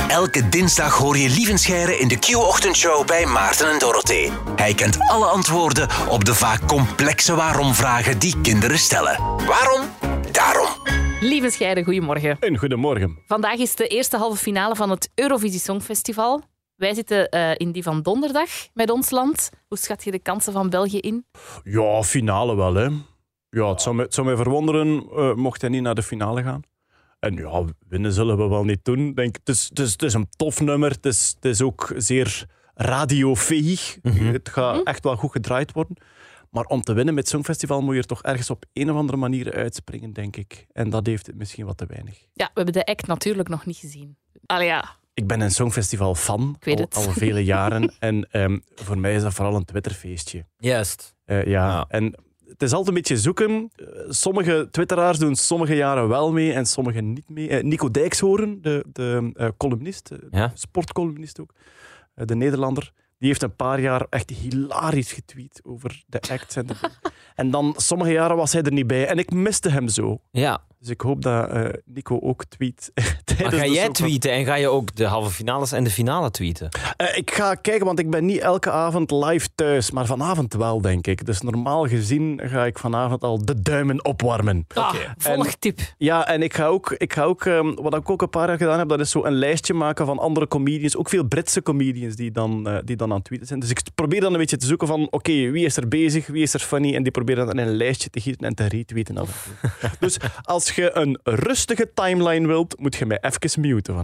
Elke dinsdag hoor je Lievenscheire in de Q-ochtendshow bij Maarten en Dorothee. Hij kent alle antwoorden op de vaak complexe waarom-vragen die kinderen stellen. Waarom? Daarom. Lievenscheire, goedemorgen. En goedemorgen. Vandaag is de eerste halve finale van het Eurovisie Songfestival. Wij zitten in die van donderdag met ons land. Hoe schat je de kansen van België in? Ja, finale wel, hè. Ja, het zou mij verwonderen mocht hij niet naar de finale gaan. En ja, winnen zullen we wel niet doen. Denk, het is een tof nummer. Het is ook zeer radiofähig. Het gaat echt wel goed gedraaid worden. Maar om te winnen met het Songfestival moet je er toch ergens op een of andere manier uitspringen, denk ik. En dat heeft het misschien wat te weinig. Ja, we hebben de act natuurlijk nog niet gezien. Allee, ja. Ik ben een Songfestival-fan al vele jaren. En voor mij is dat vooral een Twitterfeestje. Juist. Ja, en het is altijd een beetje zoeken. Sommige twitteraars doen sommige jaren wel mee en sommige niet mee. Nico Dijkshoorn, de columnist, sportcolumnist ook, de Nederlander, die heeft een paar jaar echt hilarisch getweet over de acts. En dan sommige jaren was hij er niet bij en ik miste hem zo. Ja. Dus ik hoop dat Nico ook tweet. Maar ga jij tweeten en ga je ook de halve finales en de finale tweeten? Ik ga kijken, want ik ben niet elke avond live thuis. Maar vanavond wel, denk ik. Dus normaal gezien ga ik vanavond al de duimen opwarmen. Volgtip. Ja, en ik ga ook wat ik ook een paar jaar gedaan heb, dat is zo een lijstje maken van andere comedians. Ook veel Britse comedians die dan aan het tweeten zijn. Dus ik probeer dan een beetje te zoeken van, oké, wie is er bezig, wie is er funny? En die proberen dan in een lijstje te gieten en te retweeten. Dus als je een rustige timeline wilt, moet je mij even muten.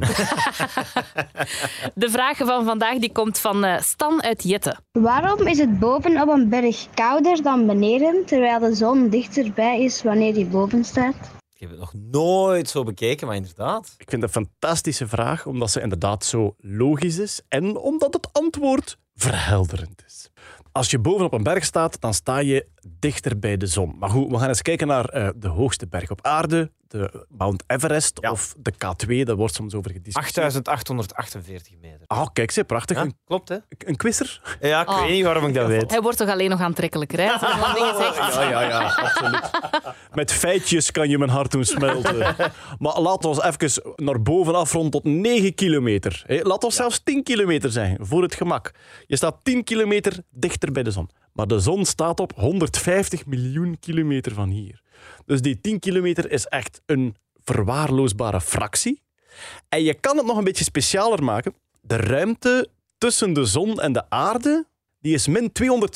De vraag van vandaag die komt van Stan uit Jette. Waarom is het boven op een berg kouder dan beneden, terwijl de zon dichterbij is wanneer die boven staat? Ik heb het nog nooit zo bekeken, maar inderdaad. Ik vind het een fantastische vraag, omdat ze inderdaad zo logisch is en omdat het antwoord verhelderend is. Als je boven op een berg staat, dan sta je dichter bij de zon. Maar goed, we gaan eens kijken naar de hoogste berg op aarde, de Mount Everest of de K2, daar wordt soms over gediscussieerd. 8.848 meter. Kijk, ze prachtig. Ja, klopt, hè? Een quizzer? Ja, ik weet niet waarom ik dat weet. Hij wordt toch alleen nog aantrekkelijker, hè? Als hij van dingen zegt. Ja, absoluut. Met feitjes kan je mijn hart doen smelten. Maar laten we even naar boven afronden tot 9 kilometer. Laten we zelfs 10 kilometer zijn, voor het gemak. Je staat 10 kilometer dichter bij de zon. Maar de zon staat op 150 miljoen kilometer van hier. Dus die 10 kilometer is echt een verwaarloosbare fractie. En je kan het nog een beetje specialer maken. De ruimte tussen de zon en de aarde, die is min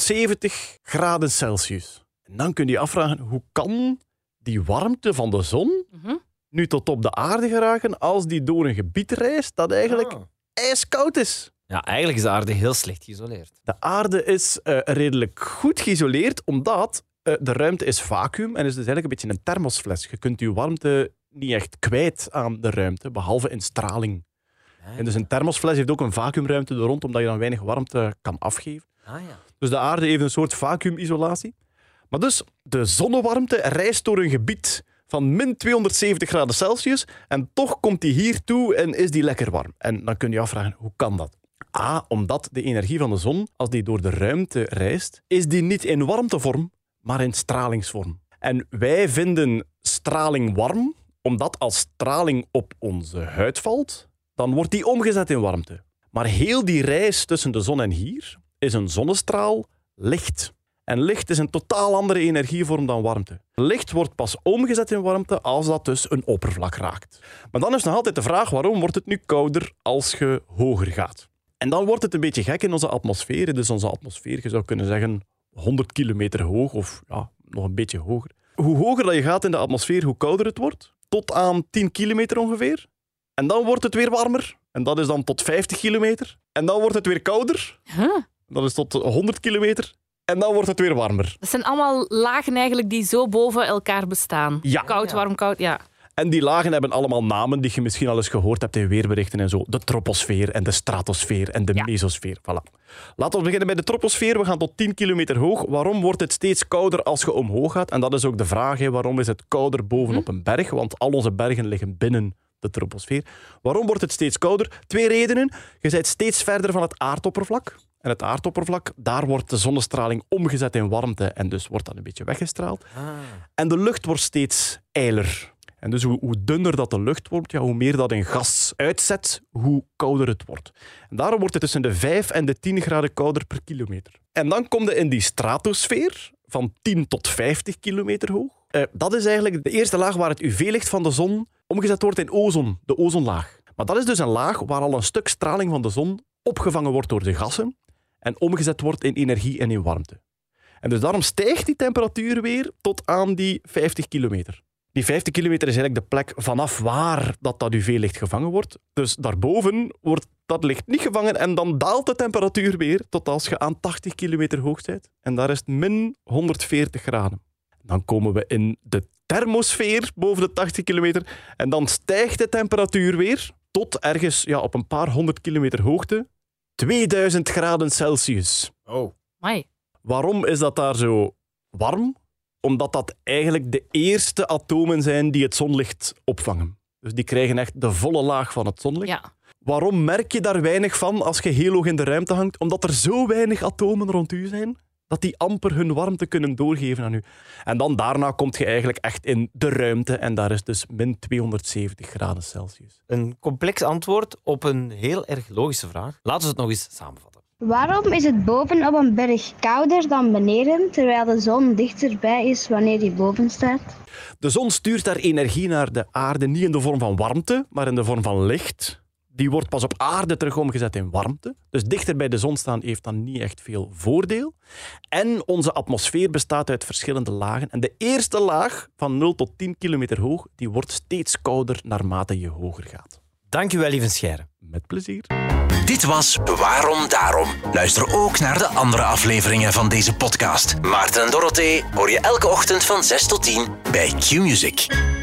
270 graden Celsius. En dan kun je je afvragen, hoe kan die warmte van de zon nu tot op de aarde geraken als die door een gebied reist dat eigenlijk ijskoud is? Ja, eigenlijk is de aarde heel slecht geïsoleerd. De aarde is redelijk goed geïsoleerd, omdat de ruimte is vacuüm en is dus eigenlijk een beetje een thermosfles. Je kunt je warmte niet echt kwijt aan de ruimte, behalve in straling. En dus een thermosfles heeft ook een vacuümruimte er rond, omdat je dan weinig warmte kan afgeven. Dus de aarde heeft een soort vacuümisolatie. Maar dus, de zonnewarmte reist door een gebied van min 270 graden Celsius en toch komt die hier toe en is die lekker warm. En dan kun je je afvragen, hoe kan dat? Omdat de energie van de zon, als die door de ruimte reist, is die niet in warmtevorm, maar in stralingsvorm. En wij vinden straling warm, omdat als straling op onze huid valt, dan wordt die omgezet in warmte. Maar heel die reis tussen de zon en hier is een zonnestraal licht. En licht is een totaal andere energievorm dan warmte. Licht wordt pas omgezet in warmte als dat dus een oppervlak raakt. Maar dan is nog altijd de vraag, waarom wordt het nu kouder als je hoger gaat? En dan wordt het een beetje gek in onze atmosfeer. Dus onze atmosfeer, je zou kunnen zeggen 100 kilometer hoog of nog een beetje hoger. Hoe hoger dat je gaat in de atmosfeer, hoe kouder het wordt. Tot aan 10 kilometer ongeveer. En dan wordt het weer warmer. En dat is dan tot 50 kilometer. En dan wordt het weer kouder. Dat is tot 100 kilometer. En dan wordt het weer warmer. Dat zijn allemaal lagen eigenlijk die zo boven elkaar bestaan. Ja. Koud, warm, koud, ja. En die lagen hebben allemaal namen die je misschien al eens gehoord hebt in weerberichten en zo. De troposfeer en de stratosfeer en de mesosfeer. Voilà. Laten we beginnen bij de troposfeer. We gaan tot 10 kilometer hoog. Waarom wordt het steeds kouder als je omhoog gaat? En dat is ook de vraag, waarom is het kouder bovenop een berg? Want al onze bergen liggen binnen de troposfeer. Waarom wordt het steeds kouder? 2 redenen. Je bent steeds verder van het aardoppervlak. En het aardoppervlak, daar wordt de zonnestraling omgezet in warmte en dus wordt dat een beetje weggestraald. En de lucht wordt steeds ijler. En dus hoe dunner dat de lucht wordt, hoe meer dat een gas uitzet, hoe kouder het wordt. En daarom wordt het tussen de 5 en de 10 graden kouder per kilometer. En dan kom je in die stratosfeer van 10 tot 50 kilometer hoog. Dat is eigenlijk de eerste laag waar het UV-licht van de zon omgezet wordt in ozon, de ozonlaag. Maar dat is dus een laag waar al een stuk straling van de zon opgevangen wordt door de gassen en omgezet wordt in energie en in warmte. En dus daarom stijgt die temperatuur weer tot aan die 50 kilometer. Die 50 kilometer is eigenlijk de plek vanaf waar dat UV-licht gevangen wordt. Dus daarboven wordt dat licht niet gevangen en dan daalt de temperatuur weer tot als je aan 80 kilometer hoog bent. En daar is het min 140 graden. Dan komen we in de thermosfeer boven de 80 kilometer en dan stijgt de temperatuur weer tot ergens op een paar 100 kilometer hoogte 2000 graden Celsius. Oh. Amai. Waarom is dat daar zo warm? Omdat dat eigenlijk de eerste atomen zijn die het zonlicht opvangen. Dus die krijgen echt de volle laag van het zonlicht. Ja. Waarom merk je daar weinig van als je heel hoog in de ruimte hangt? Omdat er zo weinig atomen rond u zijn, dat die amper hun warmte kunnen doorgeven aan u. En dan daarna kom je eigenlijk echt in de ruimte en daar is dus min 270 graden Celsius. Een complex antwoord op een heel erg logische vraag. Laten we het nog eens samenvatten. Waarom is het boven op een berg kouder dan beneden, terwijl de zon dichterbij is wanneer die boven staat? De zon stuurt daar energie naar de aarde, niet in de vorm van warmte, maar in de vorm van licht. Die wordt pas op aarde terug omgezet in warmte. Dus dichter bij de zon staan heeft dan niet echt veel voordeel. En onze atmosfeer bestaat uit verschillende lagen. En de eerste laag, van 0 tot 10 kilometer hoog, die wordt steeds kouder naarmate je hoger gaat. Dankjewel, lieve Scheire. Met plezier. Dit was Waarom Daarom. Luister ook naar de andere afleveringen van deze podcast. Maarten en Dorothee hoor je elke ochtend van 6 tot 10 bij Q-Music.